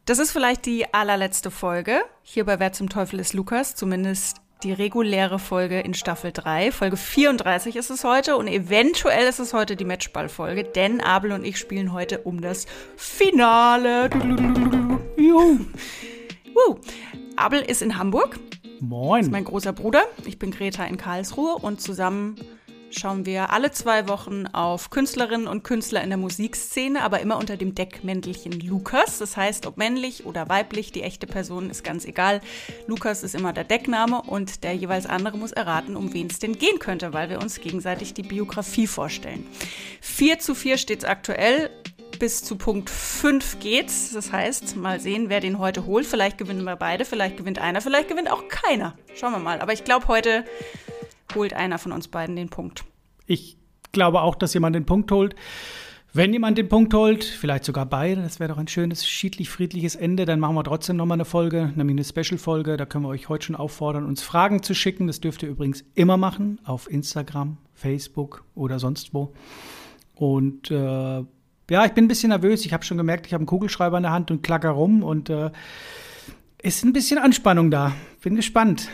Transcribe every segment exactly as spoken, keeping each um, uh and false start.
Das ist vielleicht die allerletzte Folge hier bei Wer zum Teufel ist Lukas, zumindest die reguläre Folge in Staffel drei. Folge vierunddreißig ist es heute und eventuell ist es heute die Matchball-Folge, denn Abel und ich spielen heute um das Finale. Juhu. Uh. Abel ist in Hamburg. Moin. Das ist mein großer Bruder. Ich bin Greta in Karlsruhe und zusammen schauen wir alle zwei Wochen auf Künstlerinnen und Künstler in der Musikszene, aber immer unter dem Deckmäntelchen Lukas. Das heißt, ob männlich oder weiblich, die echte Person ist ganz egal. Lukas ist immer der Deckname und der jeweils andere muss erraten, um wen es denn gehen könnte, weil wir uns gegenseitig die Biografie vorstellen. vier zu vier steht es aktuell. Bis zu Punkt fünf geht's. Das heißt, mal sehen, wer den heute holt. Vielleicht gewinnen wir beide, vielleicht gewinnt einer, vielleicht gewinnt auch keiner. Schauen wir mal. Aber ich glaube, heute holt einer von uns beiden den Punkt. Ich glaube auch, dass jemand den Punkt holt. Wenn jemand den Punkt holt, vielleicht sogar beide, das wäre doch ein schönes, schiedlich-friedliches Ende, dann machen wir trotzdem nochmal eine Folge, nämlich eine Special-Folge. Da können wir euch heute schon auffordern, uns Fragen zu schicken. Das dürft ihr übrigens immer machen, auf Instagram, Facebook oder sonst wo. Und äh, ja, ich bin ein bisschen nervös. Ich habe schon gemerkt, ich habe einen Kugelschreiber in der Hand und klacker rum. Und äh, ist ein bisschen Anspannung da. Bin gespannt.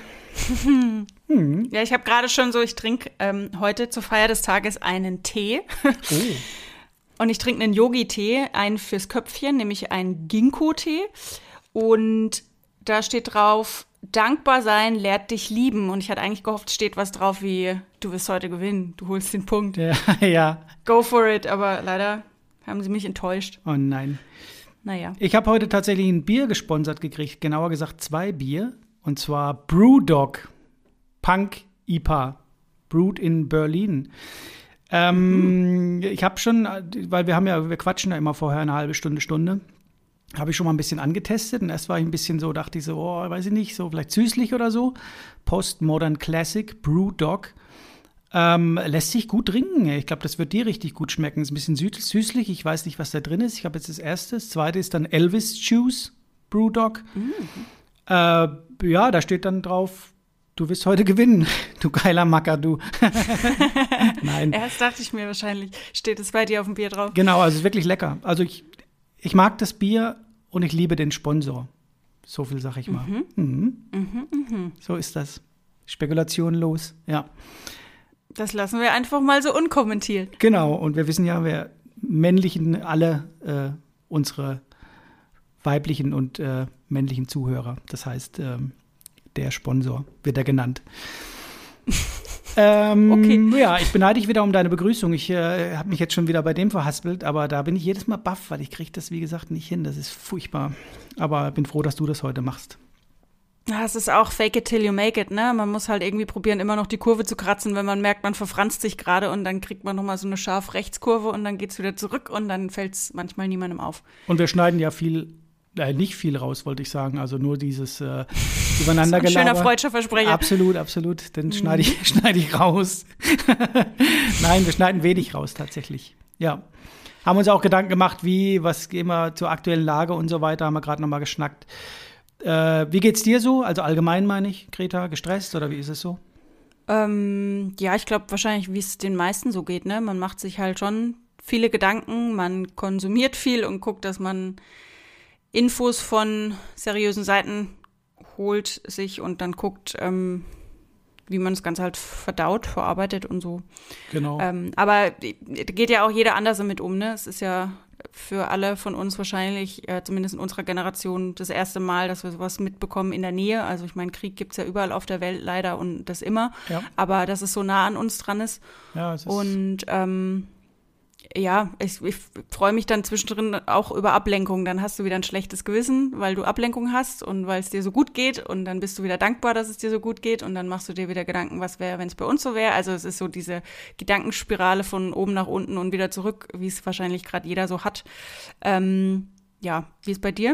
hm. Ja, ich habe gerade schon so, ich trinke ähm, heute zur Feier des Tages einen Tee. Oh. Und ich trinke einen Yogi-Tee, einen fürs Köpfchen, nämlich einen Ginkgo-Tee. Und da steht drauf, dankbar sein lehrt dich lieben. Und ich hatte eigentlich gehofft, steht was drauf wie, du wirst heute gewinnen, du holst den Punkt. Ja, ja. Go for it, aber leider haben sie mich enttäuscht. Oh nein. Naja. Ich habe heute tatsächlich ein Bier gesponsert gekriegt, genauer gesagt zwei Bier. Und zwar Brewdog Punk I P A, brewed in Berlin. Ähm, mhm. Ich habe schon, weil wir haben ja, wir quatschen ja immer vorher eine halbe Stunde, Stunde, habe ich schon mal ein bisschen angetestet. Und erst war ich ein bisschen so, dachte ich so, oh, weiß ich nicht, so vielleicht süßlich oder so. Postmodern Classic, Brewdog. Ähm, lässt sich gut trinken. Ich glaube, das wird dir richtig gut schmecken. Ist ein bisschen süß- süßlich. Ich weiß nicht, was da drin ist. Ich habe jetzt das erste. Das zweite ist dann Elvis Juice Brewdog. Mhm. Äh, ja, da steht dann drauf, du wirst heute gewinnen. Du geiler Macker, du. Nein. Erst dachte ich mir wahrscheinlich, steht es bei dir auf dem Bier drauf. Genau, also es ist wirklich lecker. Also ich, ich mag das Bier und ich liebe den Sponsor. So viel sage ich mal. Mhm. Mhm. Mhm, mhm. So ist das. Spekulation los, ja. Das lassen wir einfach mal so unkommentiert. Genau, und wir wissen ja, wir männlichen alle äh, unsere weiblichen und äh, männlichen Zuhörer. Das heißt, ähm, der Sponsor wird er genannt. ähm, okay. Ja, ich beneide dich wieder um deine Begrüßung. Ich äh, habe mich jetzt schon wieder bei dem verhaspelt, aber da bin ich jedes Mal baff, weil ich kriege das, wie gesagt, nicht hin. Das ist furchtbar. Aber bin froh, dass du das heute machst. Ja, es ist auch fake it till you make it, ne? Man muss halt irgendwie probieren, immer noch die Kurve zu kratzen, wenn man merkt, man verfranst sich gerade und dann kriegt man nochmal so eine scharf Rechtskurve und dann geht's wieder zurück und dann fällt's manchmal niemandem auf. Und wir schneiden ja viel, äh, nicht viel raus, wollte ich sagen, also nur dieses äh, Übereinandergelaber. So ein schöner freudscher Versprecher. Absolut, absolut, den mhm. schneide ich, schneide ich raus. Nein, wir schneiden wenig raus tatsächlich, ja. Haben uns auch Gedanken gemacht, wie, was gehen wir zur aktuellen Lage und so weiter, haben wir gerade nochmal geschnackt. Äh, wie geht's dir so? Also allgemein meine ich, Greta, gestresst oder wie ist es so? Ähm, ja, ich glaube wahrscheinlich, wie es den meisten so geht, ne? Man macht sich halt schon viele Gedanken, man konsumiert viel und guckt, dass man Infos von seriösen Seiten holt sich und dann guckt, ähm, wie man das Ganze halt verdaut, verarbeitet und so. Genau. Ähm, aber da geht ja auch jeder anders damit um, ne? Es ist ja für alle von uns wahrscheinlich, äh, zumindest in unserer Generation, das erste Mal, dass wir sowas mitbekommen in der Nähe. Also ich meine, Krieg gibt's ja überall auf der Welt leider und das immer. Ja. Aber dass es so nah an uns dran ist. Ja, es ist und ähm, ja, ich, ich freue mich dann zwischendrin auch über Ablenkung. Dann hast du wieder ein schlechtes Gewissen, weil du Ablenkung hast und weil es dir so gut geht. Und dann bist du wieder dankbar, dass es dir so gut geht. Und dann machst du dir wieder Gedanken, was wäre, wenn es bei uns so wäre. Also es ist so diese Gedankenspirale von oben nach unten und wieder zurück, wie es wahrscheinlich gerade jeder so hat. Ähm, ja, wie ist bei dir?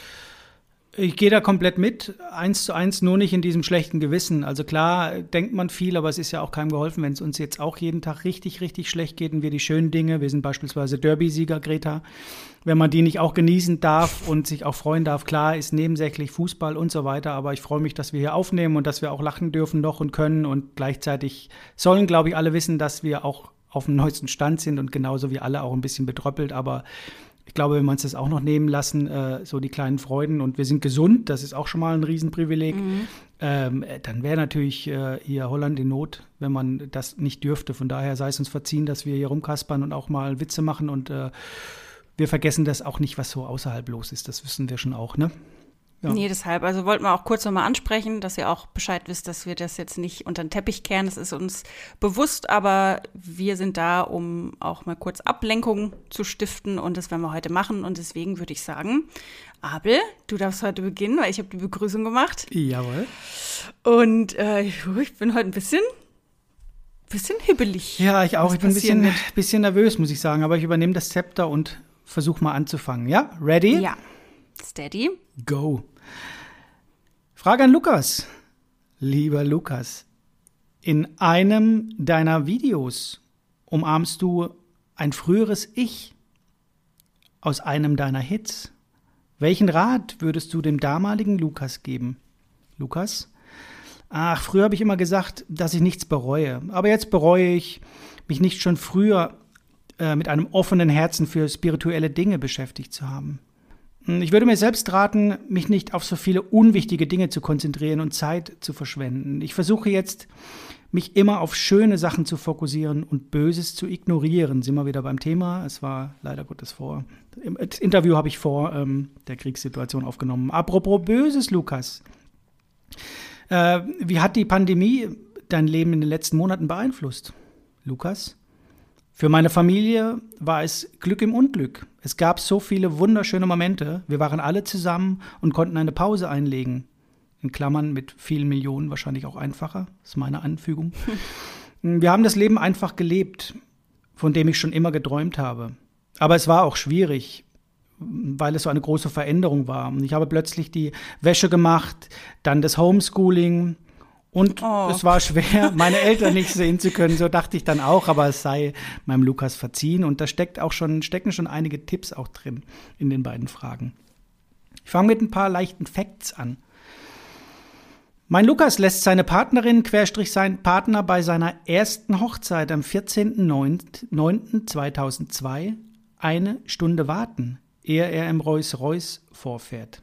Ich gehe da komplett mit, eins zu eins, nur nicht in diesem schlechten Gewissen. Also klar denkt man viel, aber es ist ja auch keinem geholfen, wenn es uns jetzt auch jeden Tag richtig, richtig schlecht geht und wir die schönen Dinge, wir sind beispielsweise Derby-Sieger, Greta, wenn man die nicht auch genießen darf und sich auch freuen darf, klar ist nebensächlich Fußball und so weiter, aber ich freue mich, dass wir hier aufnehmen und dass wir auch lachen dürfen noch und können und gleichzeitig sollen, glaube ich, alle wissen, dass wir auch auf dem neuesten Stand sind und genauso wie alle auch ein bisschen betröppelt, aber Ich glaube, wenn wir uns das auch noch nehmen lassen, äh, so die kleinen Freuden und wir sind gesund, das ist auch schon mal ein Riesenprivileg, mhm. ähm, dann wäre natürlich äh, hier Holland in Not, wenn man das nicht dürfte. Von daher sei es uns verziehen, dass wir hier rumkaspern und auch mal Witze machen und äh, wir vergessen das auch nicht, was so außerhalb los ist. Das wissen wir schon auch, ne? Ja. Nee, deshalb. Also wollten wir auch kurz nochmal ansprechen, dass ihr auch Bescheid wisst, dass wir das jetzt nicht unter den Teppich kehren. Das ist uns bewusst, aber wir sind da, um auch mal kurz Ablenkung zu stiften und das werden wir heute machen. Und deswegen würde ich sagen, Abel, du darfst heute beginnen, weil ich habe die Begrüßung gemacht. Jawohl. Und äh, ich bin heute ein bisschen, bisschen hibbelig. Ja, ich auch. Ich bin ein bisschen, bisschen nervös, muss ich sagen. Aber ich übernehme das Zepter und versuche mal anzufangen. Ja, ready? Ja. Steady. Go. Frage an Lukas. Lieber Lukas, in einem deiner Videos umarmst du ein früheres Ich aus einem deiner Hits. Welchen Rat würdest du dem damaligen Lukas geben? Lukas? Ach, früher habe ich immer gesagt, dass ich nichts bereue. Aber jetzt bereue ich, mich nicht schon früher äh, mit einem offenen Herzen für spirituelle Dinge beschäftigt zu haben. Ich würde mir selbst raten, mich nicht auf so viele unwichtige Dinge zu konzentrieren und Zeit zu verschwenden. Ich versuche jetzt, mich immer auf schöne Sachen zu fokussieren und Böses zu ignorieren. Sind wir wieder beim Thema. Es war leider Gottes vor. Das Interview habe ich vor ähm, der Kriegssituation aufgenommen. Apropos Böses, Lukas. Äh, wie hat die Pandemie dein Leben in den letzten Monaten beeinflusst? Lukas? Für meine Familie war es Glück im Unglück. Es gab so viele wunderschöne Momente. Wir waren alle zusammen und konnten eine Pause einlegen. In Klammern mit vielen Millionen wahrscheinlich auch einfacher. Das ist meine Anfügung. Wir haben das Leben einfach gelebt, von dem ich schon immer geträumt habe. Aber es war auch schwierig, weil es so eine große Veränderung war. Ich habe plötzlich die Wäsche gemacht, dann das Homeschooling. Und oh. es war schwer, meine Eltern nicht sehen zu können, so dachte ich dann auch, aber es sei meinem Lukas verziehen. Und da steckt auch schon, stecken schon einige Tipps auch drin in den beiden Fragen. Ich fange mit ein paar leichten Facts an. Mein Lukas lässt seine Partnerin, Querstrich sein Partner, bei seiner ersten Hochzeit am vierzehnten neunten zweitausendzwei eine Stunde warten, ehe er im Rolls-Royce vorfährt.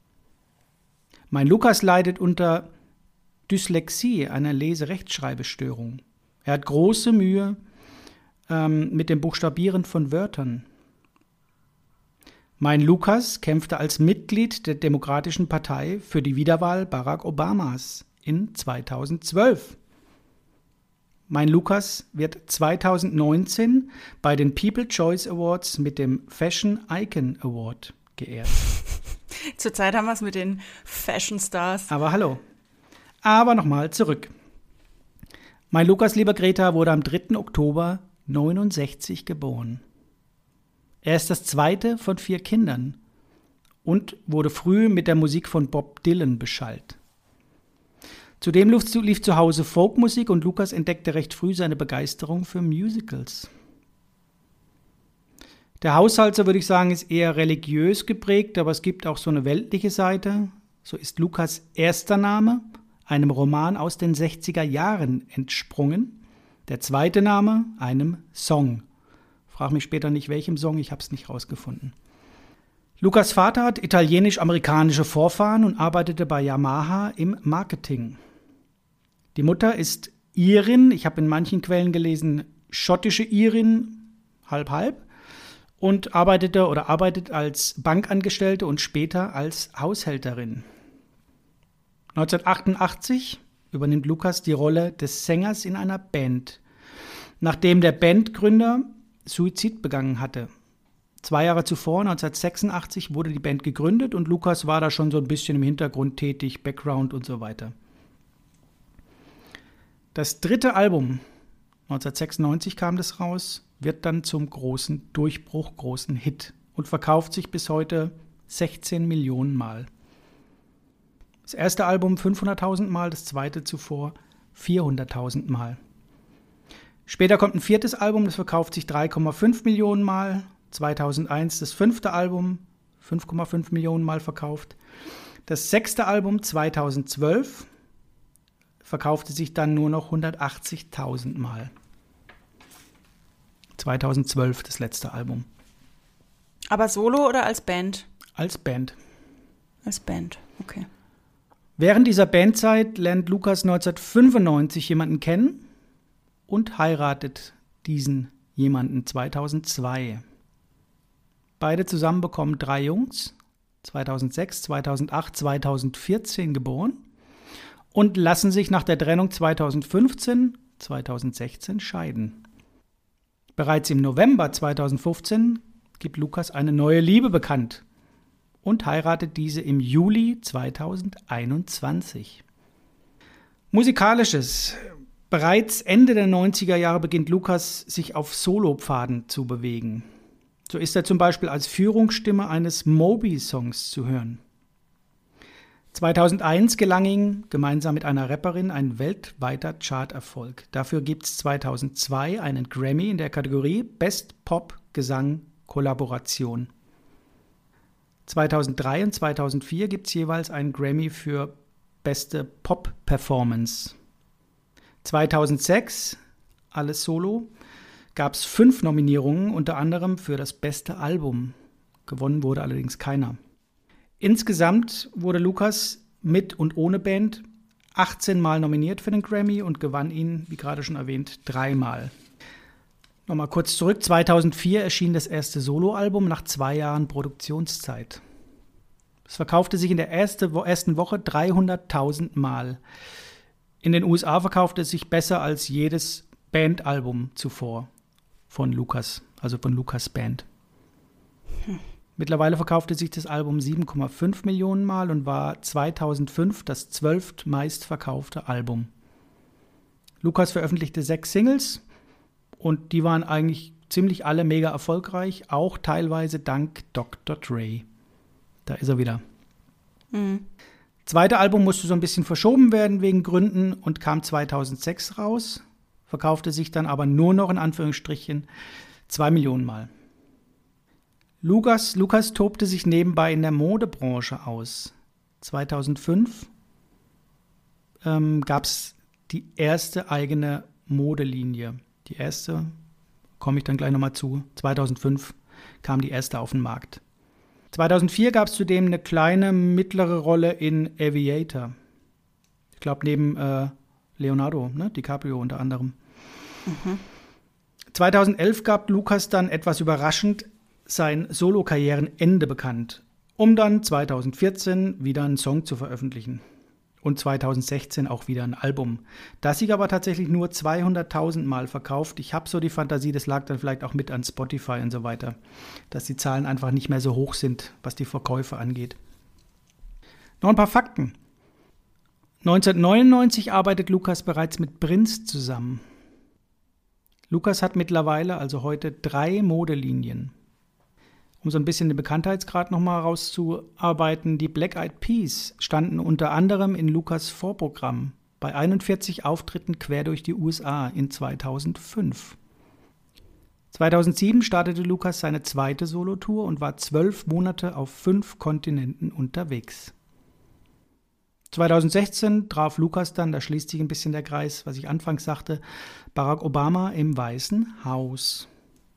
Mein Lukas leidet unter Dyslexie, einer Lese-Rechtschreibestörung. Er hat große Mühe ähm, mit dem Buchstabieren von Wörtern. Mein Lukas kämpfte als Mitglied der Demokratischen Partei für die Wiederwahl Barack Obamas in zweitausendzwölf. Mein Lukas wird zweitausendneunzehn bei den People Choice Awards mit dem Fashion Icon Award geehrt. Zurzeit haben wir es mit den Fashion Stars. Aber hallo. Aber nochmal zurück. Mein Lukas, lieber Greta, wurde am dritten Oktober neunundsechzig geboren. Er ist das zweite von vier Kindern und wurde früh mit der Musik von Bob Dylan beschallt. Zudem lief zu, lief zu Hause Folkmusik und Lukas entdeckte recht früh seine Begeisterung für Musicals. Der Haushalt, so würde ich sagen, ist eher religiös geprägt, aber es gibt auch so eine weltliche Seite. So ist Lukas' erster Name einem Roman aus den sechziger Jahren entsprungen. Der zweite Name einem Song. Frag mich später nicht, welchem Song, ich habe es nicht rausgefunden. Lukas' Vater hat italienisch-amerikanische Vorfahren und arbeitete bei Yamaha im Marketing. Die Mutter ist Irin, ich habe in manchen Quellen gelesen, schottische Irin, halb halb, und arbeitete oder arbeitet als Bankangestellte und später als Haushälterin. neunzehnhundertachtundachtzig übernimmt Lukas die Rolle des Sängers in einer Band, nachdem der Bandgründer Suizid begangen hatte. Zwei Jahre zuvor, neunzehnhundertsechsundachtzig, wurde die Band gegründet und Lukas war da schon so ein bisschen im Hintergrund tätig, Background und so weiter. Das dritte Album, neunzehnhundertsechsundneunzig kam das raus, wird dann zum großen Durchbruch, großen Hit und verkauft sich bis heute sechzehn Millionen Mal. Das erste Album fünfhunderttausend Mal, das zweite zuvor vierhunderttausend Mal. Später kommt ein viertes Album, das verkauft sich drei Komma fünf Millionen Mal. zweitausendeins das fünfte Album, fünf Komma fünf Millionen Mal verkauft. Das sechste Album zweitausendzwölf verkaufte sich dann nur noch hundertachtzigtausend Mal. zweitausendzwölf das letzte Album. Aber solo oder als Band? Als Band. Als Band, okay. Während dieser Bandzeit lernt Lukas neunzehnhundertfünfundneunzig jemanden kennen und heiratet diesen jemanden zweitausendzwei. Beide zusammen bekommen drei Jungs, zweitausendsechs, zweitausendacht, zweitausendvierzehn geboren und lassen sich nach der Trennung zweitausendfünfzehn, zweitausendsechzehn scheiden. Bereits im November zweitausendfünfzehn gibt Lukas eine neue Liebe bekannt und heiratet diese im Juli zweitausendeinundzwanzig. Musikalisches. Bereits Ende der neunziger Jahre beginnt Lukas, sich auf Solopfaden zu bewegen. So ist er zum Beispiel als Führungsstimme eines Moby-Songs zu hören. zweitausendeins gelang ihm gemeinsam mit einer Rapperin ein weltweiter Charterfolg. Dafür gibt es zweitausendzwei einen Grammy in der Kategorie Best Pop Gesang Kollaboration. zweitausenddrei und zweitausendvier gibt es jeweils einen Grammy für beste Pop-Performance. zweitausendsechs, alles solo, gab es fünf Nominierungen, unter anderem für das beste Album. Gewonnen wurde allerdings keiner. Insgesamt wurde Lukas mit und ohne Band achtzehn Mal nominiert für den Grammy und gewann ihn, wie gerade schon erwähnt, dreimal. Nochmal kurz zurück, zweitausendvier erschien das erste Soloalbum nach zwei Jahren Produktionszeit. Es verkaufte sich in der erste, ersten Woche dreihunderttausend Mal. In den U S A verkaufte es sich besser als jedes Bandalbum zuvor von Lukas, also von Lukas Band. Hm. Mittlerweile verkaufte sich das Album sieben Komma fünf Millionen Mal und war zweitausendfünf das zwölft meistverkaufte Album. Lukas veröffentlichte sechs Singles und die waren eigentlich ziemlich alle mega erfolgreich, auch teilweise dank Doktor Dre. Da ist er wieder. Mhm. Zweite Album musste so ein bisschen verschoben werden wegen Gründen und kam zweitausendsechs raus, verkaufte sich dann aber nur noch in Anführungsstrichen zwei Millionen Mal. Lukas, Lukas tobte sich nebenbei in der Modebranche aus. zweitausendfünf ähm, gab es die erste eigene Modelinie. Die erste, komme ich dann gleich nochmal zu, zweitausendfünf kam die erste auf den Markt. zweitausendvier gab es zudem eine kleine, mittlere Rolle in Aviator. Ich glaube, neben äh, Leonardo, ne? DiCaprio unter anderem. Mhm. zweitausendelf gab Lukas dann etwas überraschend sein Solo-Karrierenende bekannt, um dann zweitausendvierzehn wieder einen Song zu veröffentlichen. Und zweitausendsechzehn auch wieder ein Album. Das sich aber tatsächlich nur zweihunderttausend Mal verkauft. Ich habe so die Fantasie, das lag dann vielleicht auch mit an Spotify und so weiter, dass die Zahlen einfach nicht mehr so hoch sind, was die Verkäufe angeht. Noch ein paar Fakten. neunzehnhundertneunundneunzig arbeitet Lukas bereits mit Prince zusammen. Lukas hat mittlerweile, also heute, drei Modelinien. Um so ein bisschen den Bekanntheitsgrad nochmal rauszuarbeiten, die Black Eyed Peas standen unter anderem in Lukas' Vorprogramm bei einundvierzig Auftritten quer durch die U S A in zweitausendfünf. zweitausendsieben startete Lukas seine zweite Solotour und war zwölf Monate auf fünf Kontinenten unterwegs. zweitausendsechzehn traf Lukas dann, da schließt sich ein bisschen der Kreis, was ich anfangs sagte, Barack Obama im Weißen Haus.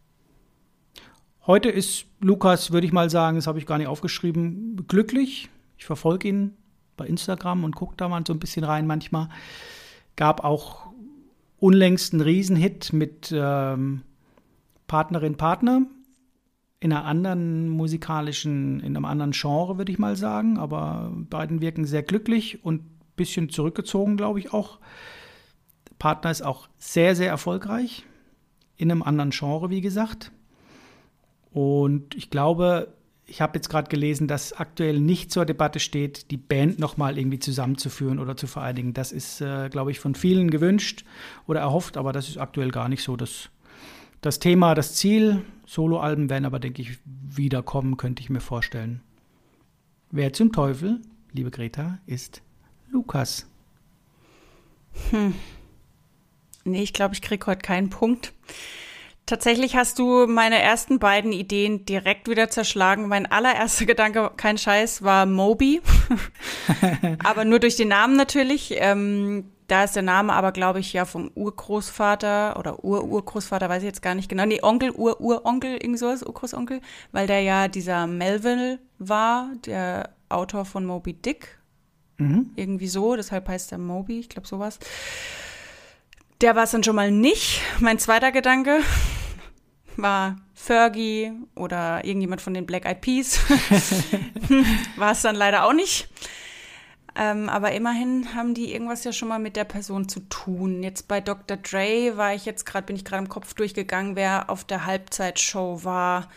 Heute ist Lukas, würde ich mal sagen, das habe ich gar nicht aufgeschrieben, glücklich. Ich verfolge ihn bei Instagram und gucke da mal so ein bisschen rein manchmal. Gab auch unlängst einen Riesenhit mit ähm, Partnerin, Partner in einer anderen musikalischen, in einem anderen Genre, würde ich mal sagen. Aber beiden wirken sehr glücklich und ein bisschen zurückgezogen, glaube ich auch. Partner ist auch sehr, sehr erfolgreich in einem anderen Genre, wie gesagt. Und ich glaube, ich habe jetzt gerade gelesen, dass aktuell nicht zur Debatte steht, die Band nochmal irgendwie zusammenzuführen oder zu vereinigen. Das ist, äh, glaube ich, von vielen gewünscht oder erhofft, aber das ist aktuell gar nicht so das, das Thema, das Ziel. Soloalben werden aber, denke ich, wiederkommen, könnte ich mir vorstellen. Wer zum Teufel, liebe Greta, ist Lukas? Hm. Nee, ich glaube, ich kriege heute keinen Punkt. Tatsächlich hast du meine ersten beiden Ideen direkt wieder zerschlagen. Mein allererster Gedanke, kein Scheiß, war Moby. Aber nur durch den Namen natürlich. Ähm, da ist der Name aber, glaube ich, ja vom Urgroßvater oder Ur-Urgroßvater, weiß ich jetzt gar nicht genau. Nee, Onkel, Ur-Uronkel, irgend sowas, Urgroßonkel, weil der ja dieser Melville war, der Autor von Moby Dick. Mhm. Irgendwie so, deshalb heißt er Moby, ich glaube sowas. Der war es dann schon mal nicht. Mein zweiter Gedanke war Fergie oder irgendjemand von den Black Eyed Peas. War es dann leider auch nicht. Ähm, aber immerhin haben die irgendwas ja schon mal mit der Person zu tun. Jetzt bei Doktor Dre war ich jetzt gerade, bin ich gerade im Kopf durchgegangen, wer auf der Halbzeitshow war.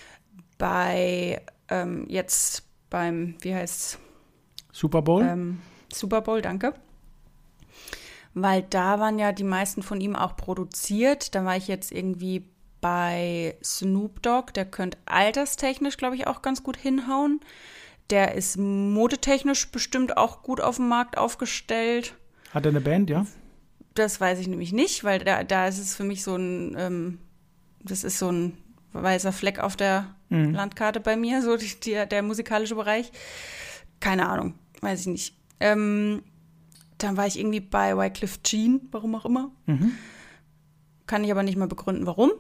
Bei ähm, jetzt beim, wie heißt's? Super Bowl? Ähm, Super Bowl, danke. Weil da waren ja die meisten von ihm auch produziert. Da war ich jetzt irgendwie bei Snoop Dogg. Der könnte alterstechnisch, glaube ich, auch ganz gut hinhauen. Der ist modetechnisch bestimmt auch gut auf dem Markt aufgestellt. Hat er eine Band, ja? Das weiß ich nämlich nicht, weil da, da ist es für mich so ein, ähm, das ist so ein weißer Fleck auf der mhm. Landkarte bei mir, so die, die, der musikalische Bereich. Keine Ahnung, weiß ich nicht. Ähm, dann war ich irgendwie bei Wyclef Jean, warum auch immer. Mhm. Kann ich aber nicht mal begründen, warum.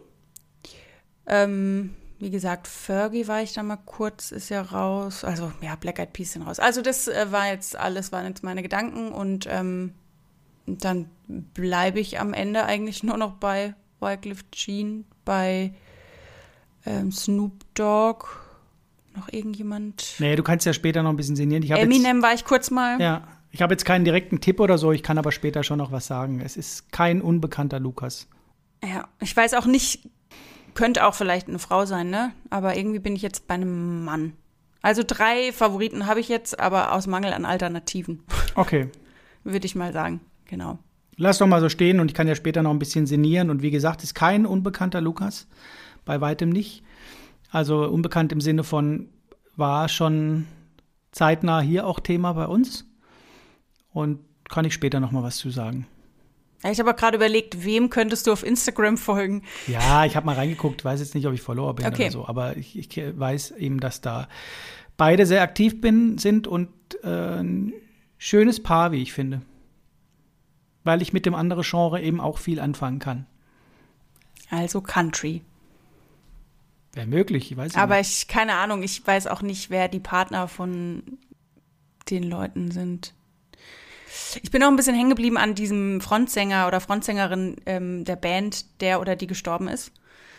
Ähm, wie gesagt, Fergie war ich da mal kurz, ist ja raus. Also, ja, Black Eyed Peas sind raus. Also, das äh, war jetzt alles, waren jetzt meine Gedanken. Und ähm, dann bleibe ich am Ende eigentlich nur noch bei Wyclef Jean, bei ähm, Snoop Dogg, noch irgendjemand. Nee, du kannst ja später noch ein bisschen sinnieren. Ich Eminem jetzt, war ich kurz mal. Ja, ich habe jetzt keinen direkten Tipp oder so, ich kann aber später schon noch was sagen. Es ist kein unbekannter Lukas. Ja, ich weiß auch nicht, könnte auch vielleicht eine Frau sein, ne? Aber irgendwie bin ich jetzt bei einem Mann. Also drei Favoriten habe ich jetzt, aber aus Mangel an Alternativen. Okay. Würde ich mal sagen, genau. Lass doch mal so stehen und ich kann ja später noch ein bisschen sinnieren. Und wie gesagt, ist kein unbekannter Lukas, bei weitem nicht. Also unbekannt im Sinne von, war schon zeitnah hier auch Thema bei uns. Und kann ich später noch mal was zu sagen. Ich habe gerade überlegt, wem könntest du auf Instagram folgen? Ja, ich habe mal reingeguckt, weiß jetzt nicht, ob ich Follower bin okay. oder so, aber ich, ich weiß eben, dass da beide sehr aktiv bin, sind und äh, ein schönes Paar, wie ich finde. Weil ich mit dem anderen Genre eben auch viel anfangen kann. Also Country. Wäre möglich, ich weiß nicht. Aber ich, keine Ahnung, ich weiß auch nicht, wer die Partner von den Leuten sind. Ich bin auch ein bisschen hängen geblieben an diesem Frontsänger oder Frontsängerin ähm, der Band, der oder die gestorben ist.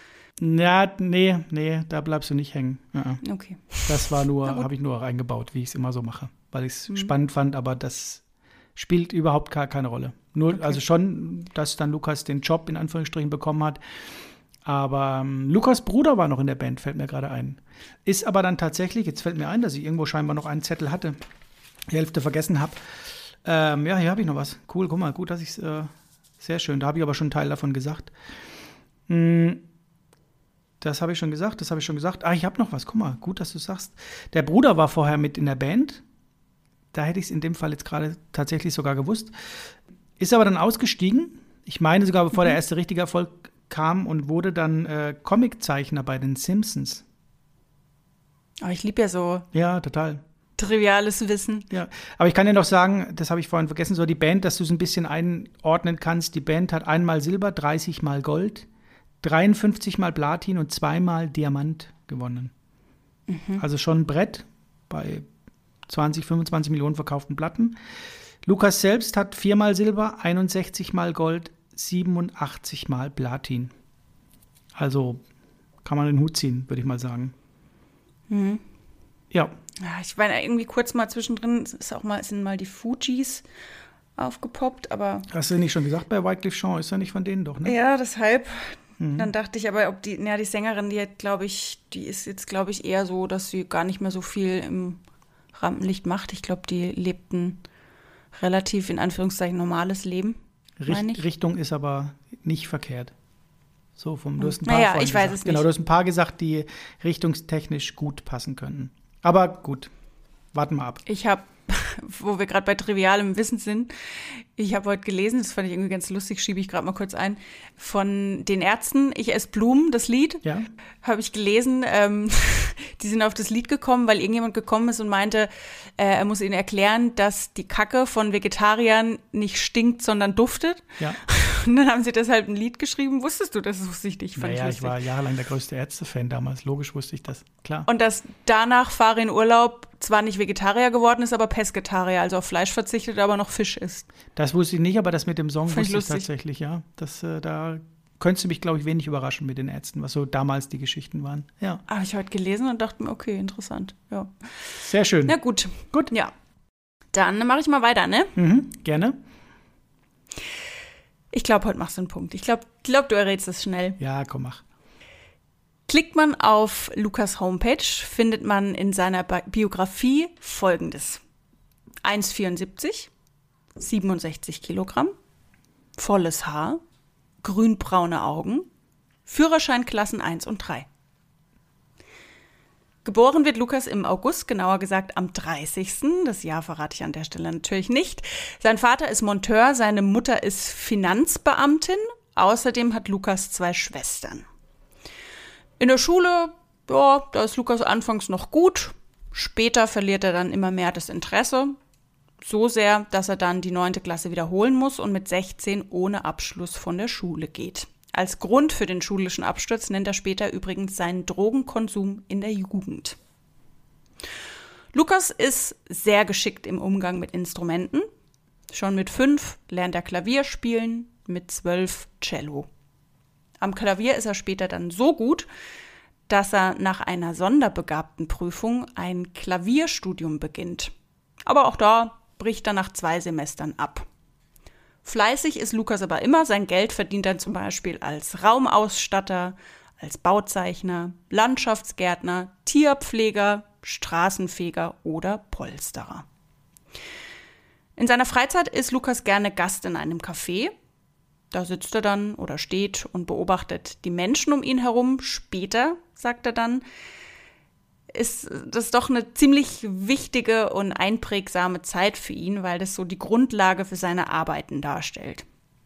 Ja, nee, nee, da bleibst du nicht hängen. Ja. Okay. Das war nur, habe ich nur reingebaut, wie ich es immer so mache, weil ich es mhm. spannend fand, aber das spielt überhaupt gar keine Rolle. Nur, okay. Also schon, dass dann Lukas den Job in Anführungsstrichen bekommen hat. Aber ähm, Lukas' Bruder war noch in der Band, fällt mir gerade ein. Ist aber dann tatsächlich, jetzt fällt mir ein, dass ich irgendwo scheinbar noch einen Zettel hatte, die Hälfte vergessen habe. Ähm, ja, hier habe ich noch was. Cool, guck mal, gut, dass ich es, äh, sehr schön, da habe ich aber schon einen Teil davon gesagt. Hm, das habe ich schon gesagt, das habe ich schon gesagt. Ah, ich habe noch was, guck mal, gut, dass du sagst. Der Bruder war vorher mit in der Band. Da hätte ich es in dem Fall jetzt gerade tatsächlich sogar gewusst. Ist aber dann ausgestiegen. Ich meine sogar, bevor mhm. der erste richtige Erfolg kam und wurde dann äh, Comiczeichner bei den Simpsons. Oh, ich liebe ja so. Ja, total. Triviales Wissen. Ja, aber ich kann dir noch sagen, das habe ich vorhin vergessen, so die Band, dass du es ein bisschen einordnen kannst. Die Band hat einmal Silber, dreißig Mal Gold, dreiundfünfzig Mal Platin und zweimal Diamant gewonnen. Mhm. Also schon ein Brett bei zwanzig, fünfundzwanzig Millionen verkauften Platten. Lukas selbst hat viermal Silber, einundsechzig Mal Gold, siebenundachtzig Mal Platin. Also kann man den Hut ziehen, würde ich mal sagen. Mhm. Ja. Ja, ich meine, irgendwie kurz mal zwischendrin ist auch mal, sind mal die Fujis aufgepoppt, aber. Hast du nicht schon gesagt, bei Wyclef Jean ist er nicht von denen doch, ne? Ja, deshalb. Mhm. Dann dachte ich aber, ob die, ja, die Sängerin, die hat, glaube ich, die ist jetzt, glaube ich, eher so, dass sie gar nicht mehr so viel im Rampenlicht macht. Ich glaube, die lebt ein relativ, in Anführungszeichen, normales Leben. Richt, Richtung ist aber nicht verkehrt. So, vom, du hast ein paar naja, ich weiß gesagt. es nicht. Genau, du hast ein paar gesagt, die richtungstechnisch gut passen könnten. Aber gut, warten wir ab. Ich habe wo wir gerade bei trivialem Wissen sind. Ich habe heute gelesen, das fand ich irgendwie ganz lustig, schiebe ich gerade mal kurz ein, von den Ärzten, Ich esse Blumen, das Lied, ja. habe ich gelesen. Ähm, die sind auf das Lied gekommen, weil irgendjemand gekommen ist und meinte, äh, er muss ihnen erklären, dass die Kacke von Vegetariern nicht stinkt, sondern duftet. Ja. Und dann haben sie deshalb ein Lied geschrieben. Wusstest du das? Das wusste ich nicht. Fand naja, ich, ich war jahrelang der größte Ärzte-Fan damals. Logisch wusste ich das, klar. Und dass danach Farin Urlaub zwar nicht Vegetarier geworden ist, aber Pesketarier, also auf Fleisch verzichtet, aber noch Fisch isst. Das wusste ich nicht, aber das mit dem Song Fand ich wusste ich lustig. tatsächlich, ja. Das, äh, da könntest du mich, glaube ich, wenig überraschen mit den Ärzten, was so damals die Geschichten waren. Ja. Habe ich heute gelesen und dachte mir, okay, interessant. Ja. Sehr schön. Na gut. Gut. Ja. Dann mache ich mal weiter, ne? Mhm, gerne. Ich glaube, heute machst du einen Punkt. Ich glaube, glaub, du errätst es schnell. Ja, komm, mach. Klickt man auf Lukas' Homepage, findet man in seiner Bi- Biografie Folgendes. eins Komma vierundsiebzig, siebenundsechzig Kilogramm, volles Haar, grünbraune Augen, Führerschein Klassen eins und drei. Geboren wird Lukas im August, genauer gesagt am dreißigsten Das Jahr verrate ich an der Stelle natürlich nicht. Sein Vater ist Monteur, seine Mutter ist Finanzbeamtin. Außerdem hat Lukas zwei Schwestern. In der Schule, ja, da ist Lukas anfangs noch gut. Später verliert er dann immer mehr das Interesse. So sehr, dass er dann die neunte Klasse wiederholen muss und mit sechzehn ohne Abschluss von der Schule geht. Als Grund für den schulischen Absturz nennt er später übrigens seinen Drogenkonsum in der Jugend. Lukas ist sehr geschickt im Umgang mit Instrumenten. Schon mit fünf lernt er Klavier spielen, mit zwölf Cello. Am Klavier ist er später dann so gut, dass er nach einer sonderbegabten Prüfung ein Klavierstudium beginnt. Aber auch da bricht er nach zwei Semestern ab. Fleißig ist Lukas aber immer, sein Geld verdient er zum Beispiel als Raumausstatter, als Bauzeichner, Landschaftsgärtner, Tierpfleger, Straßenfeger oder Polsterer. In seiner Freizeit ist Lukas gerne Gast in einem Café. Da sitzt er dann oder steht und beobachtet die Menschen um ihn herum. Später, sagt er dann, ist das doch eine ziemlich wichtige und einprägsame Zeit für ihn, weil das so die Grundlage für seine Arbeiten darstellt.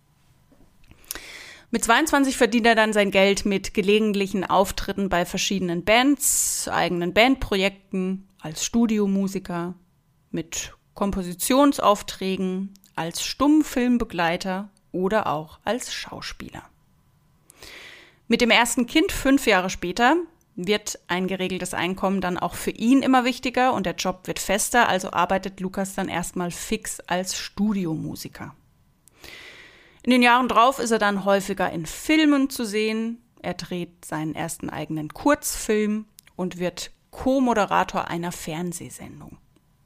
Mit zweiundzwanzig verdient er dann sein Geld mit gelegentlichen Auftritten bei verschiedenen Bands, eigenen Bandprojekten, als Studiomusiker, mit Kompositionsaufträgen, als Stummfilmbegleiter oder auch als Schauspieler. Mit dem ersten Kind fünf Jahre später wird ein geregeltes Einkommen dann auch für ihn immer wichtiger und der Job wird fester, also arbeitet Lukas dann erstmal fix als Studiomusiker. In den Jahren drauf ist er dann häufiger in Filmen zu sehen. Er dreht seinen ersten eigenen Kurzfilm und wird Co-Moderator einer Fernsehsendung.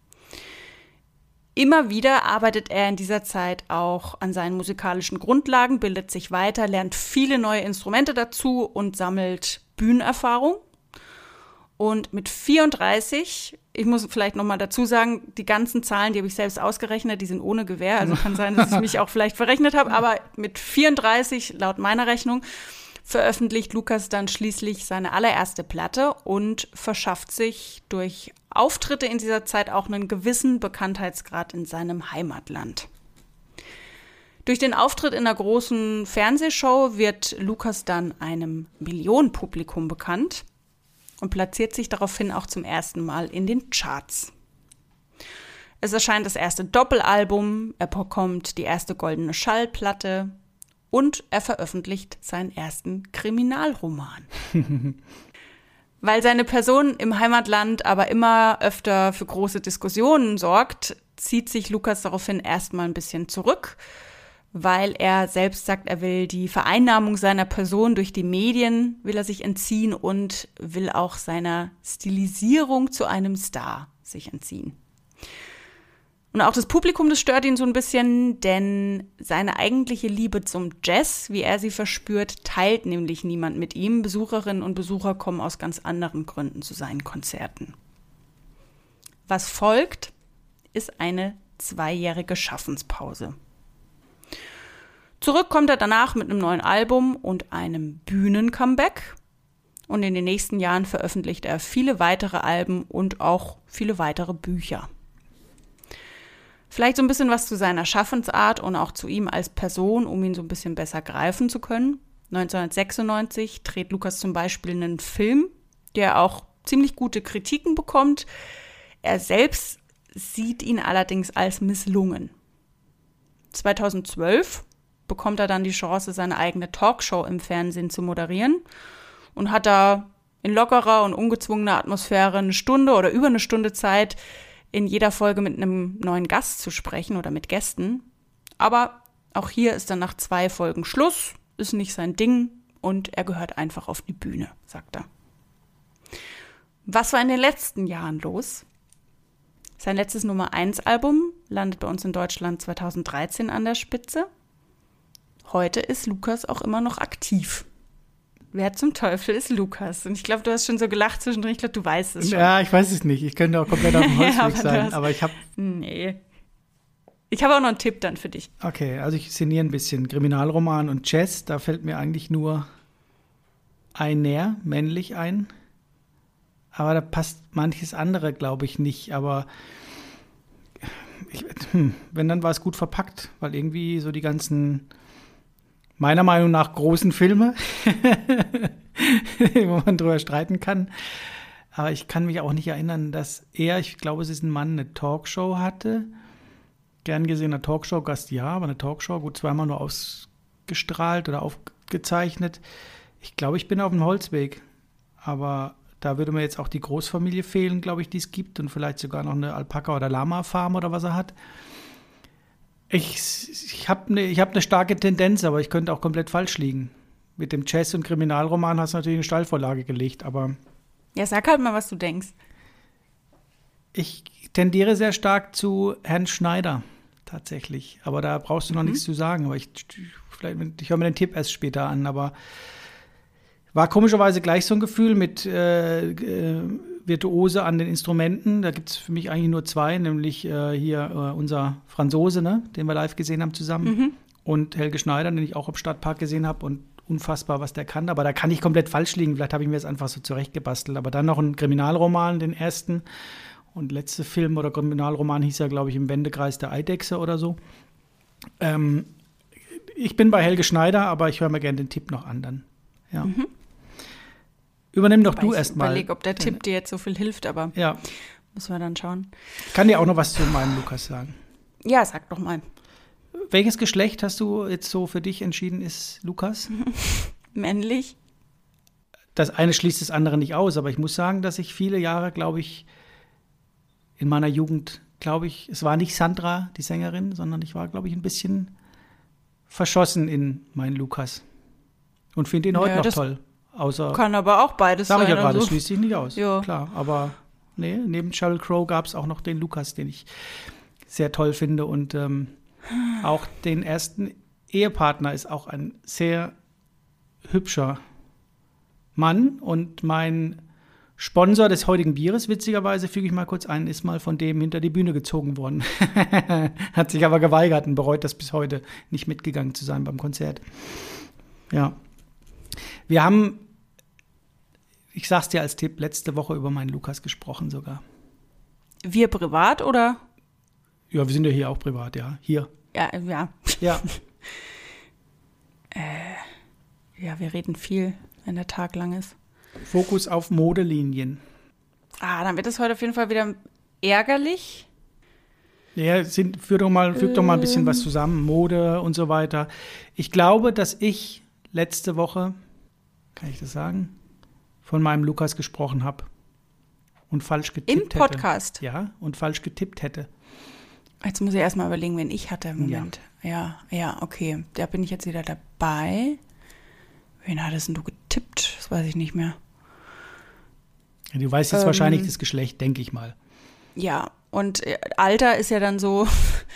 Immer wieder arbeitet er in dieser Zeit auch an seinen musikalischen Grundlagen, bildet sich weiter, lernt viele neue Instrumente dazu und sammelt Bühnenerfahrung. Und mit vierunddreißig, ich muss vielleicht noch mal dazu sagen, die ganzen Zahlen, die habe ich selbst ausgerechnet, die sind ohne Gewähr. Also kann sein, dass ich mich auch vielleicht verrechnet habe. Aber mit vierunddreißig, laut meiner Rechnung, veröffentlicht Lukas dann schließlich seine allererste Platte und verschafft sich durch Auftritte in dieser Zeit auch einen gewissen Bekanntheitsgrad in seinem Heimatland. Durch den Auftritt in einer großen Fernsehshow wird Lukas dann einem Millionenpublikum bekannt und platziert sich daraufhin auch zum ersten Mal in den Charts. Es erscheint das erste Doppelalbum, er bekommt die erste goldene Schallplatte und er veröffentlicht seinen ersten Kriminalroman. Weil seine Person im Heimatland aber immer öfter für große Diskussionen sorgt, zieht sich Lukas daraufhin erstmal ein bisschen zurück, weil er selbst sagt, er will die Vereinnahmung seiner Person durch die Medien, will er sich entziehen und will auch seiner Stilisierung zu einem Star sich entziehen. Und auch das Publikum, das stört ihn so ein bisschen, denn seine eigentliche Liebe zum Jazz, wie er sie verspürt, teilt nämlich niemand mit ihm. Besucherinnen und Besucher kommen aus ganz anderen Gründen zu seinen Konzerten. Was folgt, ist eine zweijährige Schaffenspause. Zurück kommt er danach mit einem neuen Album und einem Bühnen-Comeback. Und in den nächsten Jahren veröffentlicht er viele weitere Alben und auch viele weitere Bücher. Vielleicht so ein bisschen was zu seiner Schaffensart und auch zu ihm als Person, um ihn so ein bisschen besser greifen zu können. neunzehnhundertsechsundneunzig dreht Lucas zum Beispiel einen Film, der auch ziemlich gute Kritiken bekommt. Er selbst sieht ihn allerdings als misslungen. zweitausendzwölf bekommt er dann die Chance, seine eigene Talkshow im Fernsehen zu moderieren und hat da in lockerer und ungezwungener Atmosphäre eine Stunde oder über eine Stunde Zeit, in jeder Folge mit einem neuen Gast zu sprechen oder mit Gästen. Aber auch hier ist dann nach zwei Folgen Schluss, ist nicht sein Ding und er gehört einfach auf die Bühne, sagt er. Was war in den letzten Jahren los? Sein letztes Nummer eins Album landet bei uns in Deutschland zweitausenddreizehn an der Spitze. Heute ist Lucas auch immer noch aktiv. Wer zum Teufel ist Lucas? Und ich glaube, du hast schon so gelacht zwischendrin. Ich glaube, du weißt es schon. Ja, ich weiß es nicht. Ich könnte auch komplett auf dem Holzweg ja, aber sein. hast, aber ich habe... Nee. Ich habe auch noch einen Tipp dann für dich. Okay, also ich sinniere ein bisschen. Kriminalroman und Jazz, da fällt mir eigentlich nur ein näher, männlich ein. Aber da passt manches andere, glaube ich, nicht. Aber ich, hm, wenn, dann war es gut verpackt. Weil irgendwie so die ganzen... meiner Meinung nach großen Filme, wo man drüber streiten kann. Aber ich kann mich auch nicht erinnern, dass er, ich glaube, es ist ein Mann, eine Talkshow hatte. Gern gesehener Talkshow-Gast, ja, aber eine Talkshow, gut, zweimal nur ausgestrahlt oder aufgezeichnet. Ich glaube, ich bin auf dem Holzweg. Aber da würde mir jetzt auch die Großfamilie fehlen, glaube ich, die es gibt. Und vielleicht sogar noch eine Alpaka- oder Lama-Farm oder was er hat. Ich, ich habe eine hab ne starke Tendenz, aber ich könnte auch komplett falsch liegen. Mit dem Jazz- und Kriminalroman hast du natürlich eine Steilvorlage gelegt, aber... Ja, sag halt mal, was du denkst. Ich tendiere sehr stark zu Herrn Schneider, tatsächlich. Aber da brauchst du noch mhm. nichts zu sagen. Aber ich, vielleicht, ich höre mir den Tipp erst später an, aber war komischerweise gleich so ein Gefühl mit äh, äh, Virtuose an den Instrumenten. Da gibt es für mich eigentlich nur zwei, nämlich äh, hier äh, unser Franzose, ne, den wir live gesehen haben zusammen, mhm. und Helge Schneider, den ich auch im Stadtpark gesehen habe und unfassbar, was der kann. Aber da kann ich komplett falsch liegen. Vielleicht habe ich mir das einfach so zurechtgebastelt. Aber dann noch ein Kriminalroman, den ersten. Und letzte Film oder Kriminalroman hieß ja, glaube ich, im Wendekreis der Eidechse oder so. Ähm, ich bin bei Helge Schneider, aber ich höre mir gerne den Tipp noch an dann. Ja. Mhm. Übernimm doch du erst mal. Ich überlege, ob der Tipp dir jetzt so viel hilft, aber ja. Müssen wir dann schauen. Ich kann dir auch noch was zu meinem Lukas sagen. Ja, sag doch mal. Welches Geschlecht hast du jetzt so für dich entschieden, ist Lukas? Männlich. Das eine schließt das andere nicht aus, aber ich muss sagen, dass ich viele Jahre, glaube ich, in meiner Jugend, glaube ich, es war nicht Sandra, die Sängerin, sondern ich war, glaube ich, ein bisschen verschossen in meinen Lukas. Und finde ihn heute ja, noch toll. Außer, kann aber auch beides sag sein. Sag ich ja gerade, also. das schließt sich nicht aus. Ja. Klar, aber nee, neben Sheryl Crow gab es auch noch den Lukas, den ich sehr toll finde. Und ähm, auch den ersten Ehepartner ist auch ein sehr hübscher Mann. Und mein Sponsor des heutigen Bieres, witzigerweise, füge ich mal kurz ein, ist mal von dem hinter die Bühne gezogen worden. Hat sich aber geweigert und bereut das bis heute, nicht mitgegangen zu sein beim Konzert. Ja. Wir haben, ich sag's dir als Tipp, letzte Woche über meinen Lukas gesprochen sogar. Wir privat oder? Ja, wir sind ja hier auch privat, ja. Hier. Ja, ja. Ja. äh, ja, wir reden viel, wenn der Tag lang ist. Fokus auf Modelinien. Ah, dann wird es heute auf jeden Fall wieder ärgerlich. Ja, sind, führ doch mal, füg ähm. doch mal ein bisschen was zusammen, Mode und so weiter. Ich glaube, dass ich letzte Woche, kann ich das sagen, von meinem Lukas gesprochen habe und falsch getippt hätte. Im Podcast? Hätte. Ja, und falsch getippt hätte. Jetzt muss ich erst mal überlegen, wen ich hatte im Moment. Ja, ja, ja, okay. Da bin ich jetzt wieder dabei. Wen hattest denn du getippt? Das weiß ich nicht mehr. Ja, du weißt jetzt ähm, wahrscheinlich das Geschlecht, denke ich mal. Ja, und Alter ist ja dann so,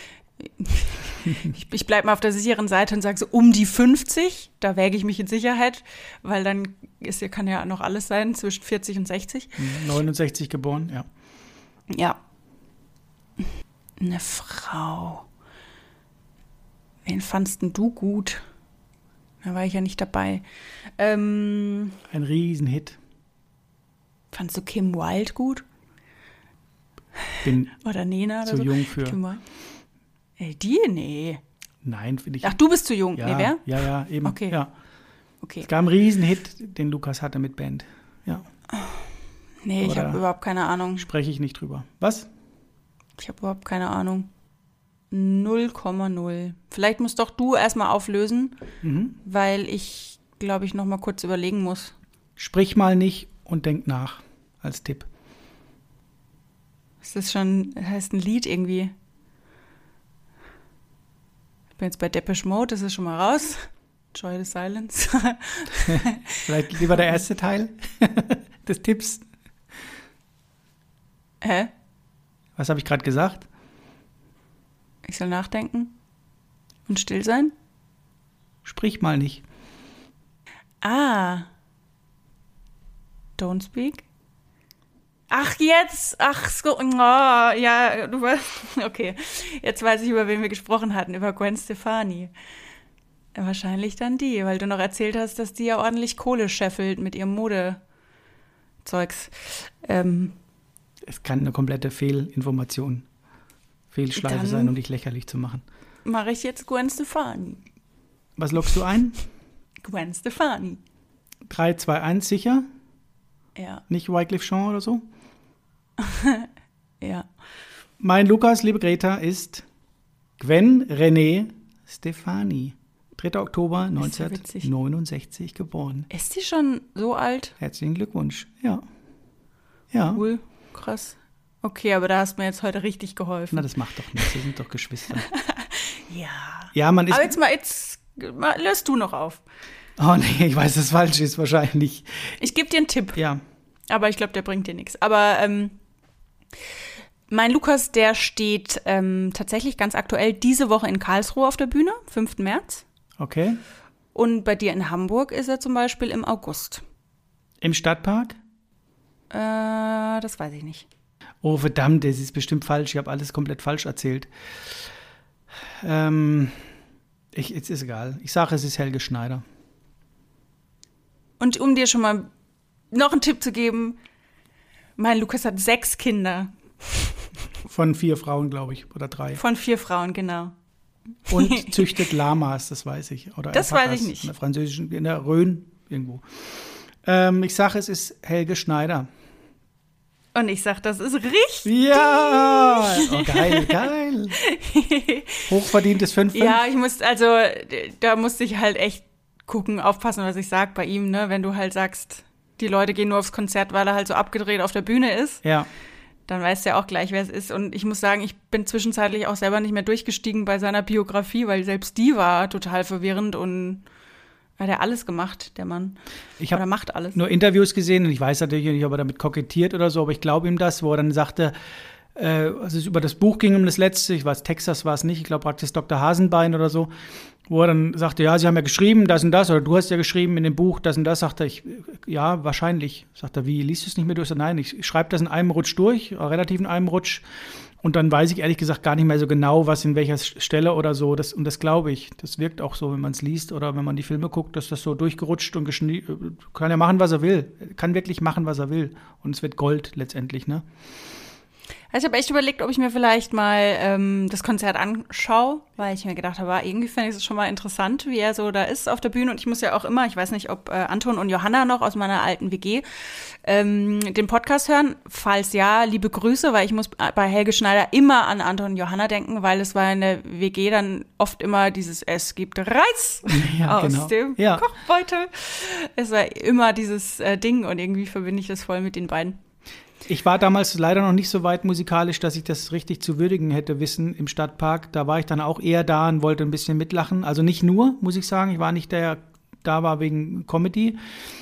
ich, ich bleibe mal auf der sicheren Seite und sage so um die fünfzig. Da wäge ich mich in Sicherheit, weil dann ist, kann ja noch alles sein, zwischen vierzig und sechzig. neunundsechzig geboren, ja. Ja. Eine Frau. Wen fandst denn du gut? Da war ich ja nicht dabei. Ähm, Ein Riesenhit. Fandst du Kim Wilde gut? Bin oder Nena oder zu so? jung für. Kim Hey, die? Nee. Nein, finde ich. Ach, du bist zu jung. Ja, Nee, wer? ja, ja, eben. Okay. Ja. Okay. Es gab einen Riesenhit, den Lukas hatte mit Band. Ja, Nee, ich Oder- habe überhaupt keine Ahnung. spreche ich nicht drüber. Was? Ich habe überhaupt keine Ahnung. null Komma null. Vielleicht musst doch du erstmal auflösen, Mhm. weil ich, glaube ich, noch mal kurz überlegen muss. Sprich mal nicht und denk nach, als Tipp. Ist das schon, heißt ein Lied irgendwie? Ich bin jetzt bei Depeche Mode, das ist schon mal raus. Joy the Silence. Vielleicht lieber der erste Teil des Tipps. Hä? Was habe ich gerade gesagt? Ich soll nachdenken und still sein? Sprich mal nicht. Ah. Don't speak? Ach, jetzt. Ach, so. Oh, ja, du weißt. Okay. Jetzt weiß ich, über wen wir gesprochen hatten. Über Gwen Stefani. Wahrscheinlich dann die, weil du noch erzählt hast, dass die ja ordentlich Kohle scheffelt mit ihrem Modezeugs. Ähm, Es kann eine komplette Fehlinformation, Fehlschleife Dann- sein, um dich lächerlich zu machen. Mache ich jetzt Gwen Stefani. Was loggst du ein? Gwen Stefani. drei, zwei, eins sicher? Ja, Nicht Wycliffe Jean oder so? ja. Mein Lukas, liebe Greta, ist Gwen Renée Stefani. dritter Oktober Ist ja witzig. neunzehnhundertneunundsechzig geboren. Ist die schon so alt? Herzlichen Glückwunsch. Ja. Ja. Cool, krass. Okay, aber da hast du mir jetzt heute richtig geholfen. Na, das macht doch nichts. Wir sind doch Geschwister. Ja. Ja, man ist. Aber jetzt mal, jetzt mal, löst du noch auf. Oh nee, ich weiß, dass es falsch ist wahrscheinlich. Ich gebe dir einen Tipp, Ja. aber ich glaube, der bringt dir nichts. Aber ähm, mein Lukas, der steht ähm, tatsächlich ganz aktuell diese Woche in Karlsruhe auf der Bühne, fünften März. Okay. Und bei dir in Hamburg ist er zum Beispiel im August. Im Stadtpark? Äh, das weiß ich nicht. Oh, verdammt, das ist bestimmt falsch. Ich habe alles komplett falsch erzählt. Ähm, ich, es ist egal. Ich sage, es ist Helge Schneider. Und um dir schon mal noch einen Tipp zu geben, mein Lukas hat sechs Kinder Von vier Frauen, glaube ich, oder drei. von vier Frauen, genau. Und züchtet Lamas, das weiß ich. Oder Das Alpakas weiß ich nicht. In der französischen, in der Rhön irgendwo. Ähm, ich sage, es ist Helge Schneider. Und ich sag, das ist richtig. Ja! Oh, geil, geil. Hochverdientes fünf fünf. Ja, ich muss, also, da musste ich halt echt gucken, aufpassen, was ich sag bei ihm, ne? Wenn du halt sagst, die Leute gehen nur aufs Konzert, weil er halt so abgedreht auf der Bühne ist, Ja. dann weißt du ja auch gleich, wer es ist. Und ich muss sagen, ich bin zwischenzeitlich auch selber nicht mehr durchgestiegen bei seiner Biografie, weil selbst die war total verwirrend und hat er alles gemacht, der Mann. Ich habe Oder macht alles. nur Interviews gesehen und ich weiß natürlich nicht, ob er damit kokettiert oder so, aber ich glaube ihm das, wo er dann sagte, äh, als es über das Buch ging, um das letzte, ich weiß, Texas war es nicht, ich glaube praktisch Doktor Hasenbein oder so, wo er dann sagte, ja, Sie haben ja geschrieben, das und das, oder du hast ja geschrieben in dem Buch, das und das, sagte ich, ja, wahrscheinlich. Sagt er, wie, liest du es nicht mehr durch? Nein, ich schreibe das in einem Rutsch durch, relativ in einem Rutsch. Und dann weiß ich ehrlich gesagt gar nicht mehr so genau, was in welcher Stelle oder so. Das, und das glaube ich. Das wirkt auch so, wenn man es liest oder wenn man die Filme guckt, dass das so durchgerutscht und geschnitten. Kann ja machen, was er will. Kann wirklich machen, was er will. Und es wird Gold letztendlich, ne? Also ich habe echt überlegt, ob ich mir vielleicht mal ähm, das Konzert anschaue, weil ich mir gedacht habe, ah, irgendwie fände ich es schon mal interessant, wie er so da ist auf der Bühne. Und ich muss ja auch immer, ich weiß nicht, ob äh, Anton und Johanna noch aus meiner alten W G ähm, den Podcast hören. Falls ja, liebe Grüße, weil ich muss bei Helge Schneider immer an Anton und Johanna denken, weil es war in der W G dann oft immer dieses Es gibt Reis Ja, aus genau. dem Ja. Kochbeutel. Es war immer dieses äh, Ding und irgendwie verbinde ich das voll mit den beiden. Ich war damals leider noch nicht so weit musikalisch, dass ich das richtig zu würdigen hätte wissen im Stadtpark. Da war ich dann auch eher da und wollte ein bisschen mitlachen. Also nicht nur, muss ich sagen. Ich war nicht der, da war wegen Comedy.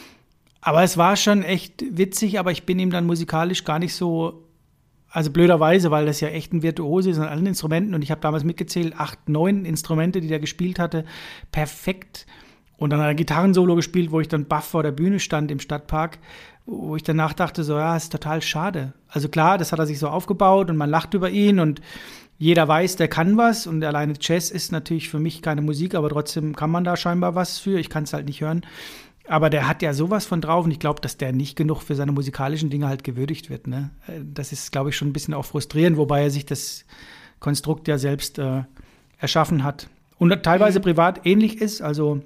Aber es war schon echt witzig, aber ich bin ihm dann musikalisch gar nicht so, also blöderweise, weil das ja echt ein Virtuose ist an allen Instrumenten. Und ich habe damals mitgezählt, acht, neun Instrumente, die der gespielt hatte. Perfekt. Und dann hat er ein Gitarrensolo gespielt, wo ich dann baff vor der Bühne stand im Stadtpark, wo ich danach dachte, so, ja, ist total schade. Also klar, das hat er sich so aufgebaut und man lacht über ihn und jeder weiß, der kann was und alleine Jazz ist natürlich für mich keine Musik, aber trotzdem kann man da scheinbar was für. Ich kann es halt nicht hören. Aber der hat ja sowas von drauf und ich glaube, dass der nicht genug für seine musikalischen Dinge halt gewürdigt wird. Ne? Das ist, glaube ich, schon ein bisschen auch frustrierend, wobei er sich das Konstrukt ja selbst äh, erschaffen hat. Und teilweise Mhm. privat ähnlich ist. Also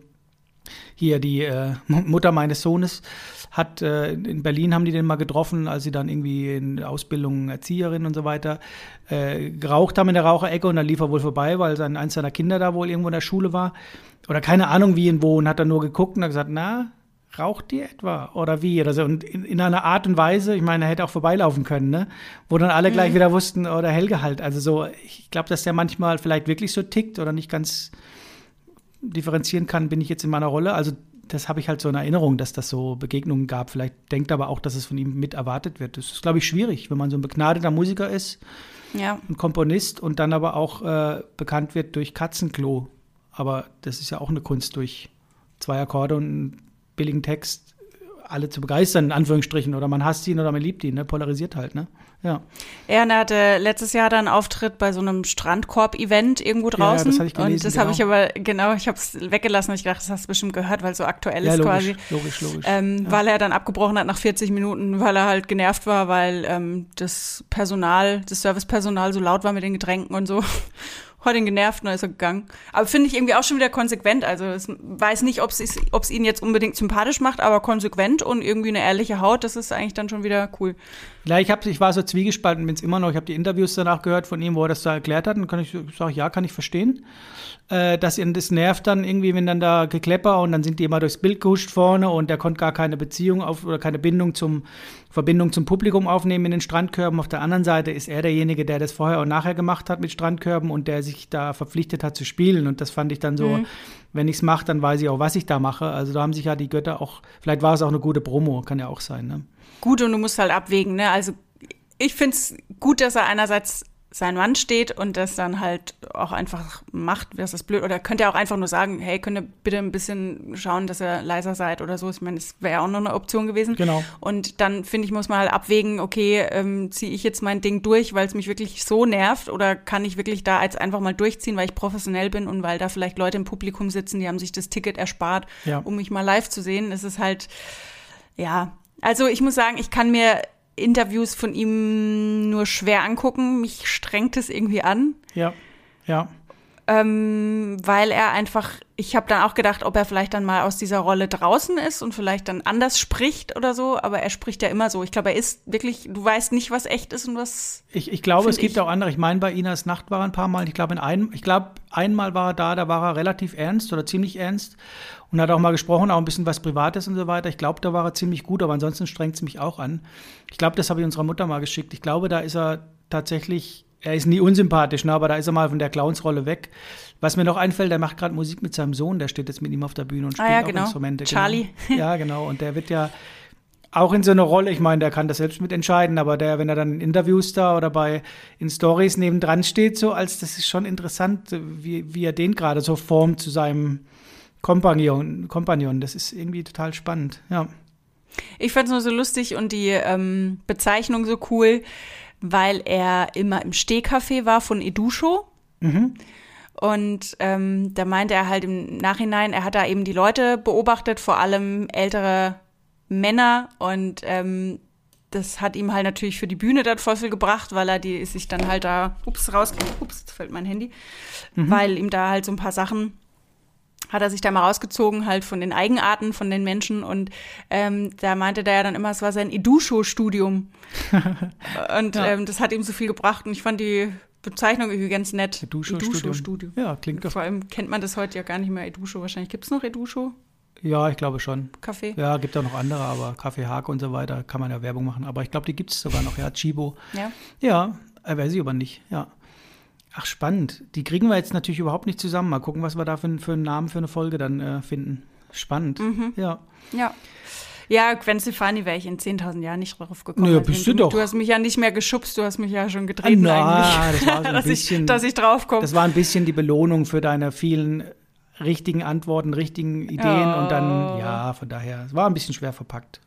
hier die äh, Mutter meines Sohnes hat, äh, in Berlin haben die den mal getroffen, als sie dann irgendwie in Ausbildung Erzieherin und so weiter äh, geraucht haben in der Raucherecke und dann lief er wohl vorbei, weil sein, eins seiner Kinder da wohl irgendwo in der Schule war. Oder keine Ahnung wie und wo und hat dann nur geguckt und hat gesagt, na, raucht die etwa oder wie oder so und in, in einer Art und Weise, ich meine, er hätte auch vorbeilaufen können, ne, wo dann alle gleich Mhm. wieder wussten, oder Helge halt, also so, ich glaube, dass der manchmal vielleicht wirklich so tickt oder nicht ganz differenzieren kann, bin ich jetzt in meiner Rolle, also das habe ich halt so in Erinnerung, dass das so Begegnungen gab, vielleicht denkt aber auch, dass es von ihm mit erwartet wird, das ist, glaube ich, schwierig, wenn man so ein begnadeter Musiker ist, Ja. ein Komponist und dann aber auch äh, bekannt wird durch Katzenklo, aber das ist ja auch eine Kunst, durch zwei Akkorde und einen billigen Text alle zu begeistern, in Anführungsstrichen. Oder man hasst ihn oder man liebt ihn, ne? Polarisiert halt, ne? Ja. Er hatte letztes Jahr dann einen Auftritt bei so einem Strandkorb-Event irgendwo Ja, ja, draußen. das hatte ich gelesen, und das genau. habe ich aber, genau, ich habe es weggelassen. Ich dachte, das hast du bestimmt gehört, weil es so aktuell Ja, ist logisch, quasi. logisch, logisch. Ähm, ja. Weil er dann abgebrochen hat nach vierzig Minuten, weil er halt genervt war, weil ähm, das Personal, das Servicepersonal so laut war mit den Getränken und so. Hat ihn genervt und dann ist er gegangen. Aber finde ich irgendwie auch schon wieder konsequent. Also ich weiß nicht, ob es ihn jetzt unbedingt sympathisch macht, aber konsequent und irgendwie eine ehrliche Haut, das ist eigentlich dann schon wieder cool. Ja, ich, hab, ich war so zwiegespalten, bin es immer noch. Ich habe die Interviews danach gehört von ihm, wo er das da erklärt hat. Und kann ich, ich sage, ja, kann ich verstehen. Äh, dass ihn das nervt dann irgendwie, wenn dann da Geklepper und dann sind die immer durchs Bild gehuscht vorne und der konnte gar keine Beziehung auf oder keine Bindung zum, Verbindung zum Publikum aufnehmen in den Strandkörben. Auf der anderen Seite ist er derjenige, der das vorher und nachher gemacht hat mit Strandkörben und der sich da verpflichtet hat zu spielen. Und das fand ich dann so, mhm. wenn ich es mache, dann weiß ich auch, was ich da mache. Also da haben sich ja die Götter auch, vielleicht war es auch eine gute Promo, kann ja auch sein. Ne? Gut, und du musst halt abwägen, ne? Also ich finde es gut, dass er einerseits sein Mann steht und das dann halt auch einfach macht, das ist blöd. Oder könnt ihr auch einfach nur sagen, hey, könnt ihr bitte ein bisschen schauen, dass ihr leiser seid oder so. Ich meine, das wäre ja auch noch eine Option gewesen. Genau. Und dann, finde ich, muss man halt abwägen, okay, ähm, ziehe ich jetzt mein Ding durch, weil es mich wirklich so nervt oder kann ich wirklich da jetzt einfach mal durchziehen, weil ich professionell bin und weil da vielleicht Leute im Publikum sitzen, die haben sich das Ticket erspart, ja. um mich mal live zu sehen. Es ist halt, ja, also ich muss sagen, ich kann mir Interviews von ihm nur schwer angucken. Mich strengt es irgendwie an. Ja, ja. Ähm, weil er einfach, ich habe dann auch gedacht, ob er vielleicht dann mal aus dieser Rolle draußen ist und vielleicht dann anders spricht oder so, aber er spricht ja immer so. Ich glaube, er ist wirklich, du weißt nicht, was echt ist und was. Ich, ich glaube, es gibt ich. auch andere. Ich meine, bei Inas Nacht war er ein paar Mal. Ich glaube, in einem, ich glaube, einmal war er da, da war er relativ ernst oder ziemlich ernst und hat auch mal gesprochen, auch ein bisschen was Privates und so weiter. Ich glaube, da war er ziemlich gut, aber ansonsten strengt es mich auch an. Ich glaube, das habe ich unserer Mutter mal geschickt. Ich glaube, da ist er tatsächlich. Er ist nie unsympathisch, ne, aber da ist er mal von der Clownsrolle weg. Was mir noch einfällt, der macht gerade Musik mit seinem Sohn, der steht jetzt mit ihm auf der Bühne und spielt ah, ja, auch genau. Instrumente. Charlie. Genau. Ja, genau. Und der wird ja auch in so einer Rolle, ich meine, der kann das selbst mitentscheiden, aber der, wenn er dann in Interviews da oder bei in Stories nebendran steht, so als das ist schon interessant, wie, wie er den gerade so formt zu seinem Kompagnon, Kompagnon. Das ist irgendwie total spannend, ja. Ich fand es nur so lustig und die ähm, Bezeichnung so cool, weil er immer im Stehcafé war von Edusho. Mhm. Und ähm, da meinte er halt im Nachhinein, er hat da eben die Leute beobachtet, vor allem ältere Männer. Und ähm, das hat ihm halt natürlich für die Bühne dann voll viel gebracht, weil er die sich dann halt da, ups, raus, ups, jetzt fällt mein Handy, mhm. weil ihm da halt so ein paar Sachen hat er sich da mal rausgezogen, halt von den Eigenarten von den Menschen. Und ähm, da meinte der ja dann immer, es war sein Edusho-Studium. Und ja. ähm, das hat ihm so viel gebracht. Und ich fand die Bezeichnung irgendwie ganz nett. Edusho-Studium. Ja, klingt doch. Vor allem kennt man das heute ja gar nicht mehr, Edusho. Wahrscheinlich gibt es noch Edusho? Ja, ich glaube schon. Kaffee? Ja, gibt auch noch andere, aber Kaffee Haag und so weiter, kann man ja Werbung machen. Aber ich glaube, die gibt es sogar noch, ja, Chibo. Ja. Ja, äh, weiß ich aber nicht, ja. Ach, spannend. Die kriegen wir jetzt natürlich überhaupt nicht zusammen. Mal gucken, was wir da für, für einen Namen für eine Folge dann äh, finden. Spannend, mhm. ja. Ja. Ja, Gwen Stefani wäre ich in zehntausend Jahren nicht drauf gekommen. Naja, bist du, du doch. Du hast mich ja nicht mehr geschubst, du hast mich ja schon getreten ah, na, eigentlich. Das war so ein dass, bisschen, ich, dass ich drauf komme. Das war ein bisschen die Belohnung für deine vielen richtigen Antworten, richtigen Ideen. Oh. Und dann, ja, von daher, es war ein bisschen schwer verpackt.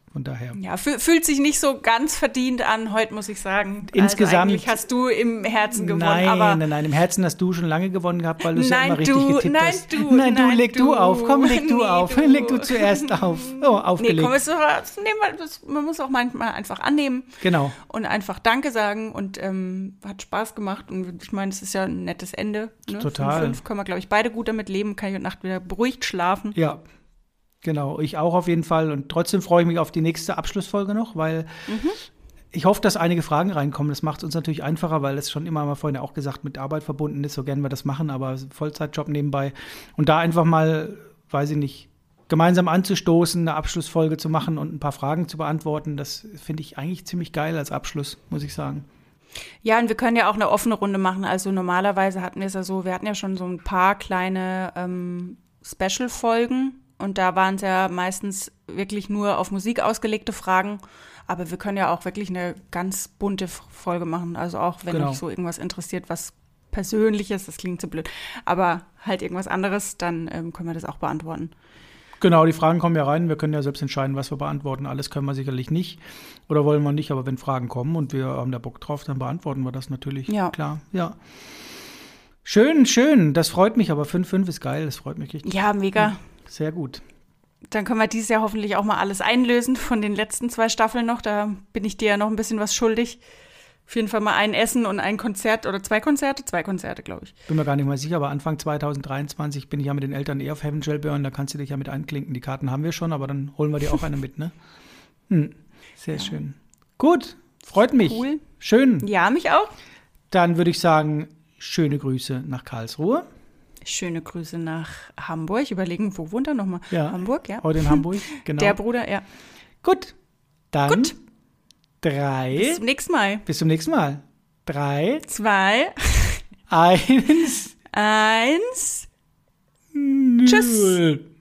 Von daher. Ja, fü- fühlt sich nicht so ganz verdient an, heute muss ich sagen. Insgesamt. Also eigentlich hast du im Herzen gewonnen. Nein, aber nein, nein, im Herzen hast du schon lange gewonnen gehabt, weil du es ja Nein, immer richtig du, getippt nein, hast. du, nein, du, nein, leg du, du. auf. Komm, leg du Nee, auf. du. Leg du zuerst auf. Oh, aufgelegt. Nee, komm, es ist doch- nee, man, das, man muss auch manchmal einfach annehmen. Genau. Und einfach Danke sagen und ähm, hat Spaß gemacht. Und ich meine, es ist ja ein nettes Ende. Ne? Total. Von fünf können wir, glaube ich, beide gut damit leben. Kann ich heute Nacht wieder beruhigt schlafen. Ja, genau. Ich auch auf jeden Fall. Und trotzdem freue ich mich auf die nächste Abschlussfolge noch, weil Mhm. ich hoffe, dass einige Fragen reinkommen. Das macht es uns natürlich einfacher, weil es schon immer mal vorhin auch gesagt mit Arbeit verbunden ist. So gerne wir das machen, aber Vollzeitjob nebenbei. Und da einfach mal, weiß ich nicht, gemeinsam anzustoßen, eine Abschlussfolge zu machen und ein paar Fragen zu beantworten, das finde ich eigentlich ziemlich geil als Abschluss, muss ich sagen. Ja, und wir können ja auch eine offene Runde machen. Also normalerweise hatten wir es ja so, wir hatten ja schon so ein paar kleine ähm, Special-Folgen. Und da waren es ja meistens wirklich nur auf Musik ausgelegte Fragen. Aber wir können ja auch wirklich eine ganz bunte Folge machen. Also auch, wenn Genau. euch so irgendwas interessiert, was Persönliches, das klingt so blöd, aber halt irgendwas anderes, dann ähm, können wir das auch beantworten. Genau, die Fragen kommen ja rein. Wir können ja selbst entscheiden, was wir beantworten. Alles können wir sicherlich nicht oder wollen wir nicht. Aber wenn Fragen kommen und wir haben da Bock drauf, dann beantworten wir das natürlich. Ja. Klar, ja. Schön, schön. Das freut mich. Aber fünf fünf ist geil. Das freut mich richtig. Ja, mega. Sehr gut. Dann können wir dieses Jahr hoffentlich auch mal alles einlösen von den letzten zwei Staffeln noch. Da bin ich dir ja noch ein bisschen was schuldig. Auf jeden Fall mal ein Essen und ein Konzert oder zwei Konzerte. Zwei Konzerte, glaube ich. Bin mir gar nicht mal sicher, aber Anfang zwanzig dreiundzwanzig bin ich ja mit den Eltern eh auf Heaven Shall Burn. Da kannst du dich ja mit einklinken. Die Karten haben wir schon, aber dann holen wir dir auch eine mit, ne? Hm. Sehr Ja. schön. Gut, freut mich. Cool. Schön. Ja, mich auch. Dann würde ich sagen, schöne Grüße nach Karlsruhe. Schöne Grüße nach Hamburg. Überlegen, wo wohnt er nochmal? Ja. Hamburg, ja. Heute in Hamburg, genau. Der Bruder, ja. Gut, dann Gut. drei. Bis zum nächsten Mal. Bis zum nächsten Mal. Drei, Zwei, eins, eins. null. Tschüss.